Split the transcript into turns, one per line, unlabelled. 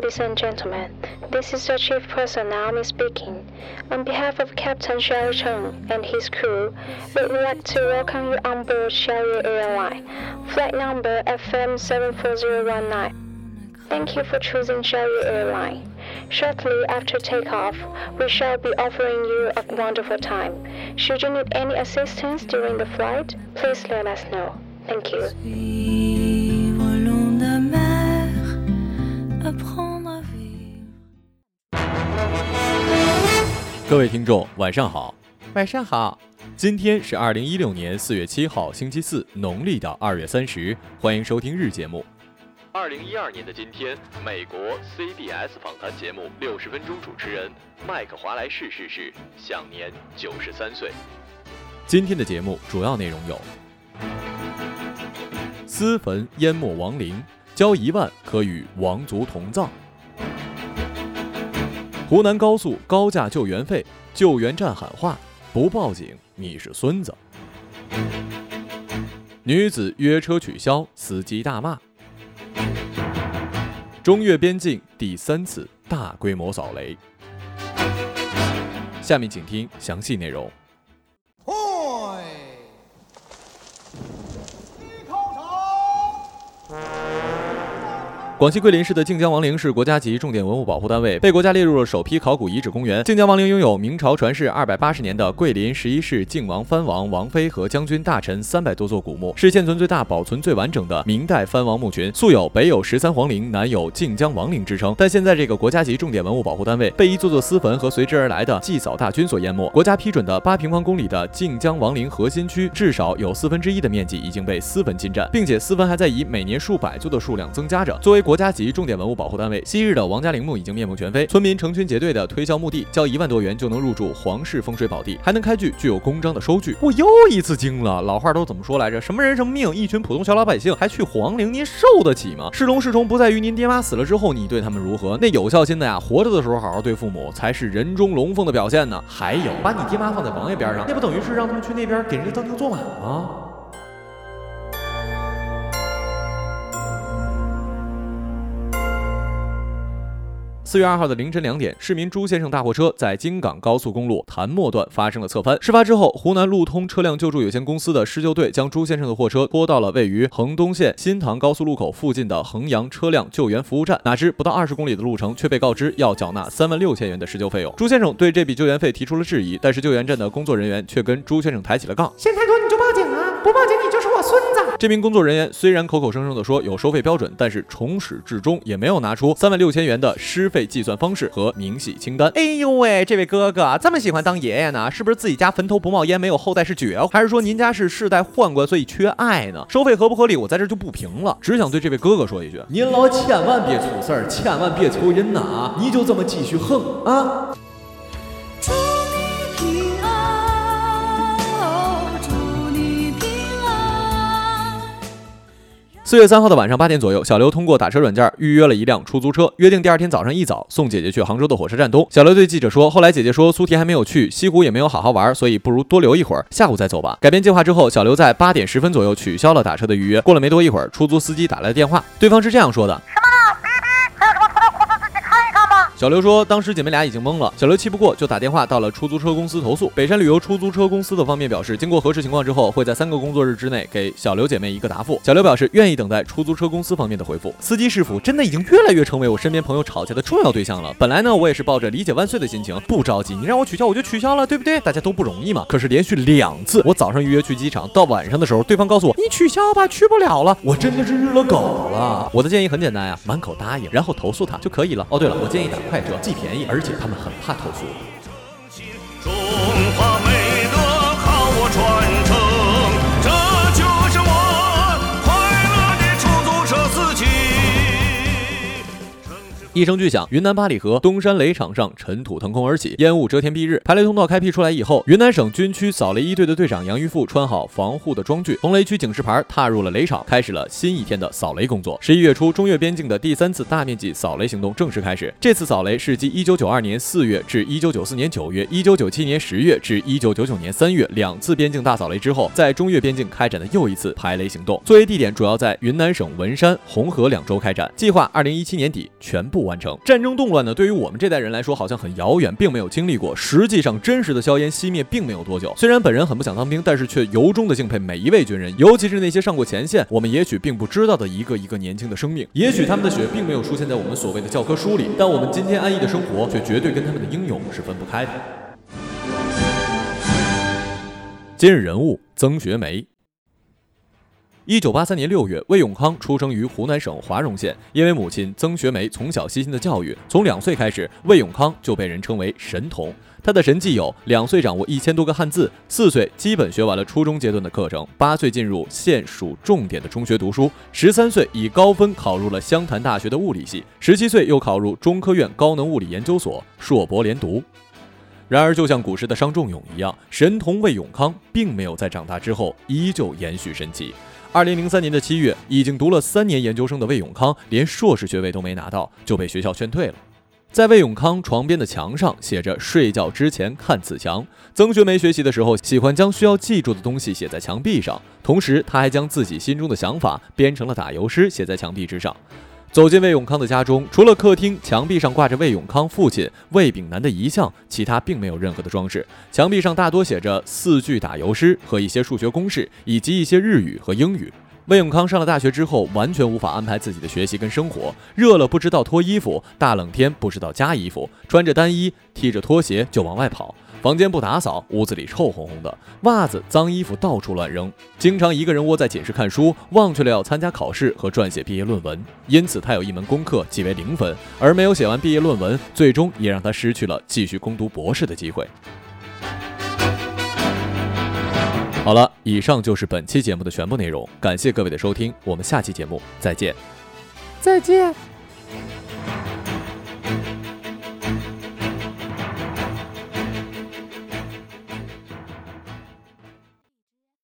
Ladies and gentlemen, this is the Chief Purser Naomi speaking. On behalf of Captain Sherry Cheng and his crew, we would like to welcome you on board Sherry Airline, flight number FM 74019. Thank you for choosing Sherry Airline. Shortly after takeoff, we shall be offering you a wonderful time. Should you need any assistance during the flight, please let us know. Thank you.
各位听众，晚上好。
晚上好。
今天是2016年4月7号，星期四，农历的2月30。欢迎收听日节目。
2012年的今天，美国 CBS 访谈节目60分钟主持人麦克华莱士逝世，享年93岁。
今天的节目主要内容有：私坟淹没亡灵，交1万可与亡族同葬；湖南高速高价救援费，救援站喊话不报警你是孙子；女子约车取消，司机大骂；中越边境第3次大规模扫雷。下面请听详细内容。广西桂林市的靖江王陵是国家级重点文物保护单位，被国家列入了首批考古遗址公园。靖江王陵拥有明朝传世280年的桂林11世靖王藩王王妃和将军大臣300多座古墓，是现存最大、保存最完整的明代藩王墓群。素有北有13皇陵，南有靖江王陵之称。但现在这个国家级重点文物保护单位被一座座私坟和随之而来的祭扫大军所淹没。国家批准的8平方公里的靖江王陵核心区，至少有1/4的面积已经被私坟侵占，并且私坟还在以每年数百座的数量增加着。作为国家级重点文物保护单位，昔日的王家陵墓已经面目全非，村民成群结队的推销墓地，交1万多元就能入住皇室风水宝地，还能开具具有公章的收据。我又一次惊了，老话都怎么说来着？什么人什么命，一群普通小老百姓还去皇陵，您受得起吗？是龙是虫不在于您爹妈死了之后你对他们如何，那有孝心的呀，活着的时候好好对父母，才是人中龙凤的表现呢。还有，把你爹妈放在王爷边上，那不等于是让他们去那边给人家当牛做马吗？4月2号的凌晨2点，市民朱先生大货车在京港高速公路潭墨段发生了侧翻。事发之后，湖南路通车辆救助有限公司的施救队将朱先生的货车拖到了位于衡东县新塘高速路口附近的衡阳车辆救援服务站。哪知不到20公里的路程，却被告知要缴纳36000元的施救费用。朱先生对这笔救援费提出了质疑，但是救援站的工作人员却跟朱先生抬起了杠。
先太多你就报警啊，不报警你就是我孙子。
这名工作人员虽然口口声声地说有收费标准，但是从始至终也没有拿出36000元的施费计算方式和明细清单。
哎呦喂，这位哥哥这么喜欢当爷爷呢？是不是自己家坟头不冒烟，没有后代是绝户？还是说您家是世代宦官，所以缺爱呢？收费合不合理，我在这就不评了，只想对这位哥哥说一句：您老千万别出事儿，千万别求人呐！你就这么继续横啊！
4月3号的晚上8点左右，小刘通过打车软件预约了一辆出租车，约定第2天早上一早送姐姐去杭州的火车站东。小刘对记者说，后来姐姐说苏堤还没有去，西湖也没有好好玩，所以不如多留一会儿，下午再走吧。改变计划之后，小刘在8点10分左右取消了打车的预约。过了没多一会儿，出租司机打来电话，对方是这样说的：小刘说，当时姐妹俩已经懵了。小刘气不过，就打电话到了出租车公司投诉。北山旅游出租车公司的方面表示，经过核实情况之后，会在3个工作日之内给小刘姐妹一个答复。小刘表示愿意等待出租车公司方面的回复。司机师傅真的已经越来越成为我身边朋友吵架的重要对象了。本来呢，我也是抱着理解万岁的心情，不着急，你让我取消我就取消了，对不对？大家都不容易嘛。可是连续2次，我早上预约去机场，到晚上的时候，对方告诉我你取消吧，去不了了。我真的是日了狗了。我的建议很简单呀，满口答应，然后投诉他就可以了。哦，对了，我建议打快车，既便宜，而且他们很怕投诉。
中华美德靠我传承，这就是我快乐的出租车司机。
一声巨响，云南八里河东山雷场上尘土腾空而起，烟雾遮天蔽日。排雷通道开辟出来以后，云南省军区扫雷一队的队长杨玉富穿好防护的装具，红雷区警示牌，踏入了雷场，开始了新一天的扫雷工作。11月初，中越边境的第3次大面积扫雷行动正式开始。这次扫雷是继1992年4月至1994年9月、1997年10月至1999年3月2次边境大扫雷之后，在中越边境开展的又一次排雷行动。作为地点，主要在云南省文山、红河2州开展，计划2017年底全部步完成。战争动乱呢，对于我们这代人来说好像很遥远，并没有经历过。实际上，真实的硝烟熄灭并没有多久。虽然本人很不想当兵，但是却由衷的敬佩每一位军人，尤其是那些上过前线，我们也许并不知道的一个一个年轻的生命。也许他们的血并没有出现在我们所谓的教科书里，但我们今天安逸的生活却绝对跟他们的英勇是分不开的。今日人物：曾学梅。1983年6月，魏永康出生于湖南省华容县。因为母亲曾学梅从小悉心的教育，从2岁开始，魏永康就被人称为神童。他的神迹有：2岁掌握1000多个汉字，4岁基本学完了初中阶段的课程，8岁进入县属重点的中学读书，13岁以高分考入了湘潭大学的物理系，17岁又考入中科院高能物理研究所，硕博连读。然而，就像古时的商仲永一样，神童魏永康并没有在长大之后依旧延续神奇。2003年的7月，已经读了3年研究生的魏永康，连硕士学位都没拿到，就被学校劝退了。在魏永康床边的墙上写着"睡觉之前看此墙"。曾学梅学习的时候，喜欢将需要记住的东西写在墙壁上，同时他还将自己心中的想法编成了打油诗，写在墙壁之上。走进魏永康的家中，除了客厅墙壁上挂着魏永康父亲魏炳南的遗像，其他并没有任何的装饰。墙壁上大多写着4句打油诗和一些数学公式，以及一些日语和英语。魏永康上了大学之后，完全无法安排自己的学习跟生活，热了不知道脱衣服，大冷天不知道加衣服，穿着单衣踢着拖鞋就往外跑。房间不打扫，屋子里臭烘烘的，袜子脏衣服到处乱扔，经常一个人窝在寝室看书，忘却了要参加考试和撰写毕业论文。因此他有一门功课记为0分，而没有写完毕业论文，最终也让他失去了继续攻读博士的机会。好了，以上就是本期节目的全部内容，感谢各位的收听，我们下期节目再见。
再见。